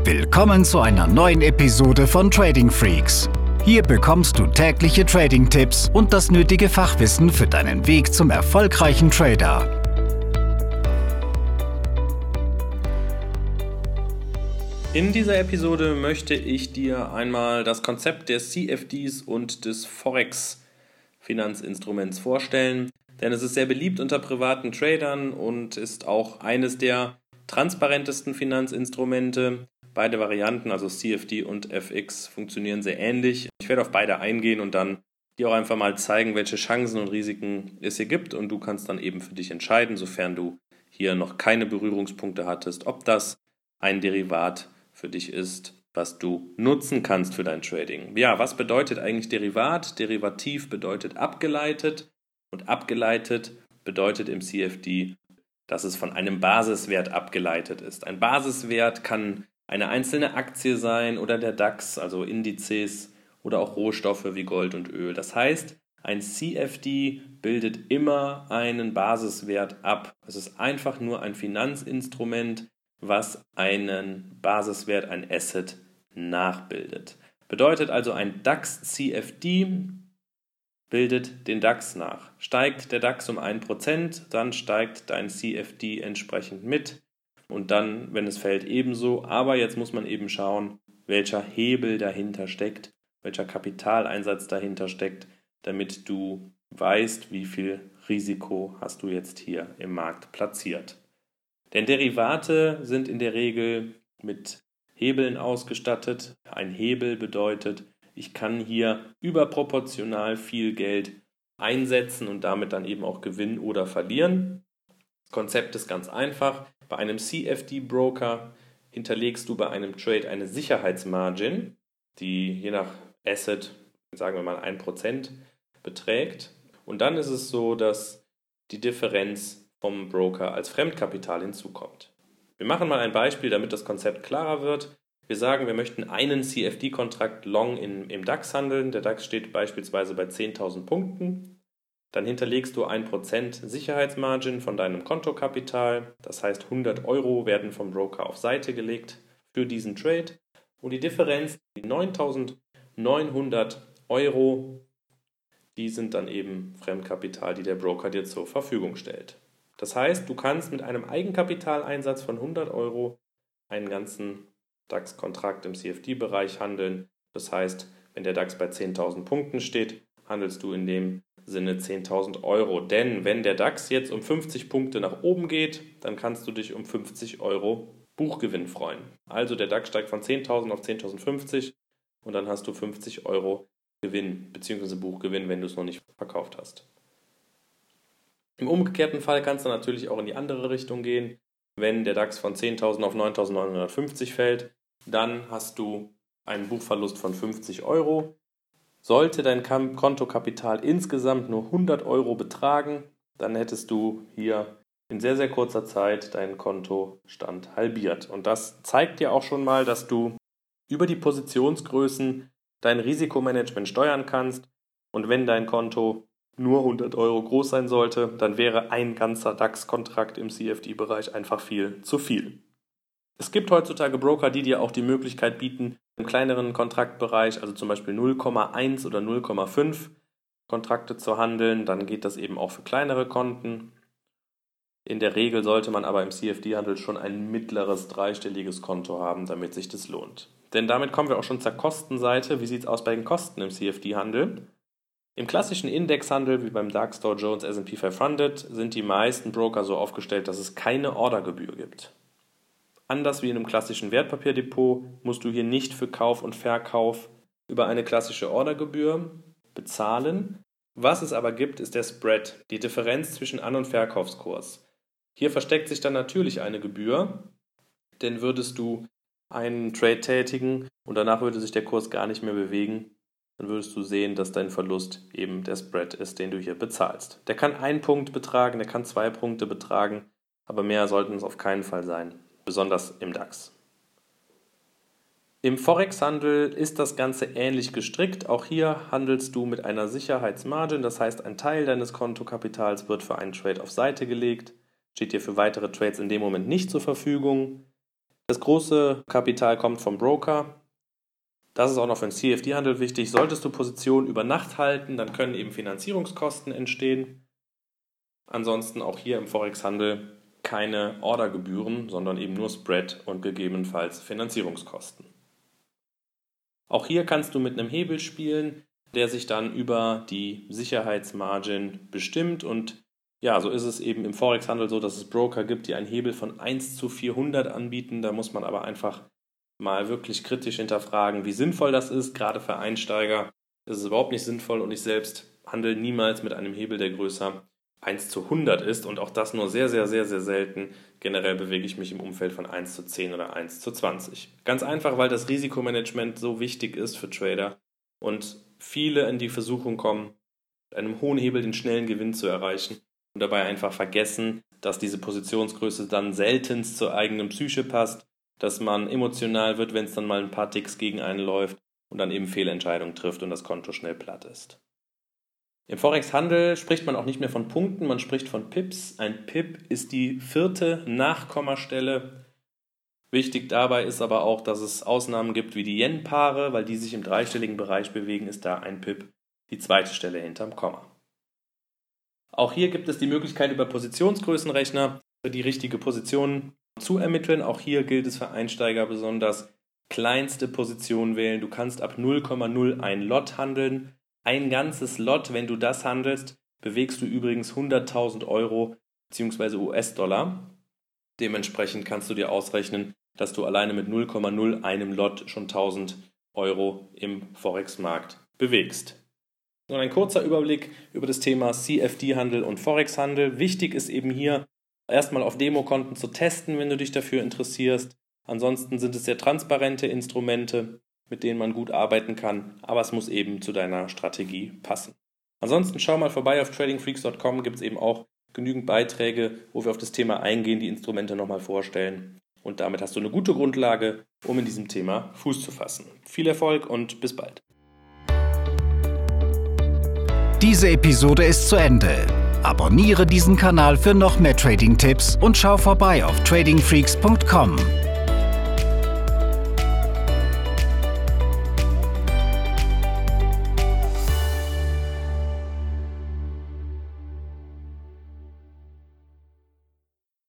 Willkommen zu einer neuen Episode von Trading Freaks. Hier bekommst du tägliche Trading-Tipps und das nötige Fachwissen für deinen Weg zum erfolgreichen Trader. In dieser Episode möchte ich dir einmal das Konzept der CFDs und des Forex-Finanzinstruments vorstellen, denn es ist sehr beliebt unter privaten Tradern und ist auch eines der transparentesten Finanzinstrumente. Beide Varianten, also CFD und FX, funktionieren sehr ähnlich. Ich werde auf beide eingehen und dann dir auch einfach mal zeigen, welche Chancen und Risiken es hier gibt, und du kannst dann eben für dich entscheiden, sofern du hier noch keine Berührungspunkte hattest, ob das ein Derivat für dich ist, was du nutzen kannst für dein Trading. Ja, was bedeutet eigentlich Derivat? Derivativ bedeutet abgeleitet und abgeleitet bedeutet im CFD, dass es von einem Basiswert abgeleitet ist. Ein Basiswert kann eine einzelne Aktie sein oder der DAX, also Indizes oder auch Rohstoffe wie Gold und Öl. Das heißt, ein CFD bildet immer einen Basiswert ab. Es ist einfach nur ein Finanzinstrument, was einen Basiswert, ein Asset, nachbildet. Bedeutet also, ein DAX-CFD bildet den DAX nach. Steigt der DAX um 1%, dann steigt dein CFD entsprechend mit und dann, wenn es fällt, ebenso. Aber jetzt muss man eben schauen, welcher Hebel dahinter steckt, welcher Kapitaleinsatz dahinter steckt, damit du weißt, wie viel Risiko hast du jetzt hier im Markt platziert. Denn Derivate sind in der Regel mit Hebeln ausgestattet. Ein Hebel bedeutet, ich kann hier überproportional viel Geld einsetzen und damit dann eben auch gewinnen oder verlieren. Das Konzept ist ganz einfach. Bei einem CFD-Broker hinterlegst du bei einem Trade eine Sicherheitsmargin, die je nach Asset, sagen wir mal 1%, beträgt. Und dann ist es so, dass die Differenz vom Broker als Fremdkapital hinzukommt. Wir machen mal ein Beispiel, damit das Konzept klarer wird. Wir sagen, wir möchten einen CFD-Kontrakt long im DAX handeln. Der DAX steht beispielsweise bei 10.000 Punkten. Dann hinterlegst du 1% Sicherheitsmargin von deinem Kontokapital. Das heißt, 100 Euro werden vom Broker auf Seite gelegt für diesen Trade. Und die Differenz, die 9.900 Euro, die sind dann eben Fremdkapital, die der Broker dir zur Verfügung stellt. Das heißt, du kannst mit einem Eigenkapitaleinsatz von 100 Euro einen ganzen DAX-Kontrakt im CFD-Bereich handeln. Das heißt, wenn der DAX bei 10.000 Punkten steht, handelst du in dem Sinne 10.000 Euro. Denn wenn der DAX jetzt um 50 Punkte nach oben geht, dann kannst du dich um 50 Euro Buchgewinn freuen. Also der DAX steigt von 10.000 auf 10.050 und dann hast du 50 Euro Gewinn bzw. Buchgewinn, wenn du es noch nicht verkauft hast. Im umgekehrten Fall kannst du natürlich auch in die andere Richtung gehen. Wenn der DAX von 10.000 auf 9.950 fällt, dann hast du einen Buchverlust von 50 Euro. Sollte dein Kontokapital insgesamt nur 100 Euro betragen, dann hättest du hier in sehr, sehr kurzer Zeit deinen Kontostand halbiert. Und das zeigt dir auch schon mal, dass du über die Positionsgrößen dein Risikomanagement steuern kannst. Und wenn dein Konto nur 100 Euro groß sein sollte, dann wäre ein ganzer DAX-Kontrakt im CFD-Bereich einfach viel zu viel. Es gibt heutzutage Broker, die dir auch die Möglichkeit bieten, im kleineren Kontraktbereich, also zum Beispiel 0,1 oder 0,5 Kontrakte zu handeln. Dann geht das eben auch für kleinere Konten. In der Regel sollte man aber im CFD-Handel schon ein mittleres dreistelliges Konto haben, damit sich das lohnt. Denn damit kommen wir auch schon zur Kostenseite. Wie sieht es aus bei den Kosten im CFD-Handel? Im klassischen Indexhandel wie beim DAX, Dow Jones, S&P 500 sind die meisten Broker so aufgestellt, dass es keine Ordergebühr gibt. Anders wie in einem klassischen Wertpapierdepot musst du hier nicht für Kauf und Verkauf über eine klassische Ordergebühr bezahlen. Was es aber gibt, ist der Spread, die Differenz zwischen An- und Verkaufskurs. Hier versteckt sich dann natürlich eine Gebühr, denn würdest du einen Trade tätigen und danach würde sich der Kurs gar nicht mehr bewegen, dann würdest du sehen, dass dein Verlust eben der Spread ist, den du hier bezahlst. Der kann 1 Punkt betragen, der kann 2 Punkte betragen, aber mehr sollten es auf keinen Fall sein, besonders im DAX. Im Forex-Handel ist das Ganze ähnlich gestrickt. Auch hier handelst du mit einer Sicherheitsmargin, das heißt, ein Teil deines Kontokapitals wird für einen Trade auf Seite gelegt, steht dir für weitere Trades in dem Moment nicht zur Verfügung. Das große Kapital kommt vom Broker. Das ist auch noch für den CFD-Handel wichtig. Solltest du Positionen über Nacht halten, dann können eben Finanzierungskosten entstehen. Ansonsten auch hier im Forex-Handel keine Ordergebühren, sondern eben nur Spread und gegebenenfalls Finanzierungskosten. Auch hier kannst du mit einem Hebel spielen, der sich dann über die Sicherheitsmargin bestimmt. Und ja, so ist es eben im Forex-Handel so, dass es Broker gibt, die einen Hebel von 1:400 anbieten. Da muss man aber einfach mal wirklich kritisch hinterfragen, wie sinnvoll das ist. Gerade für Einsteiger ist es überhaupt nicht sinnvoll und ich selbst handle niemals mit einem Hebel, der größer 1:100 ist und auch das nur sehr, sehr, sehr, sehr selten. Generell bewege ich mich im Umfeld von 1:10 oder 1:20. Ganz einfach, weil das Risikomanagement so wichtig ist für Trader und viele in die Versuchung kommen, mit einem hohen Hebel den schnellen Gewinn zu erreichen und dabei einfach vergessen, dass diese Positionsgröße dann seltenst zur eigenen Psyche passt, dass man emotional wird, wenn es dann mal ein paar Ticks gegen einen läuft und dann eben Fehlentscheidungen trifft und das Konto schnell platt ist. Im Forex-Handel spricht man auch nicht mehr von Punkten, man spricht von Pips. Ein Pip ist die 4. Nachkommastelle. Wichtig dabei ist aber auch, dass es Ausnahmen gibt wie die Yen-Paare, weil die sich im dreistelligen Bereich bewegen, ist da ein Pip die 2. Stelle hinterm Komma. Auch hier gibt es die Möglichkeit, über Positionsgrößenrechner die richtige Position zu ermitteln. Auch hier gilt es für Einsteiger besonders, kleinste Position wählen. Du kannst ab 0,01 Lot handeln. Ein ganzes Lot, wenn du das handelst, bewegst du übrigens 100.000 Euro bzw. US-Dollar. Dementsprechend kannst du dir ausrechnen, dass du alleine mit 0,01 Lot schon 1.000 Euro im Forex-Markt bewegst. Und ein kurzer Überblick über das Thema CFD-Handel und Forex-Handel. Wichtig ist eben hier, erstmal auf Demokonten zu testen, wenn du dich dafür interessierst. Ansonsten sind es sehr transparente Instrumente, mit denen man gut arbeiten kann, aber es muss eben zu deiner Strategie passen. Ansonsten schau mal vorbei auf tradingfreaks.com, gibt es eben auch genügend Beiträge, wo wir auf das Thema eingehen, die Instrumente nochmal vorstellen. Und damit hast du eine gute Grundlage, um in diesem Thema Fuß zu fassen. Viel Erfolg und bis bald. Diese Episode ist zu Ende. Abonniere diesen Kanal für noch mehr Trading-Tipps und schau vorbei auf tradingfreaks.com.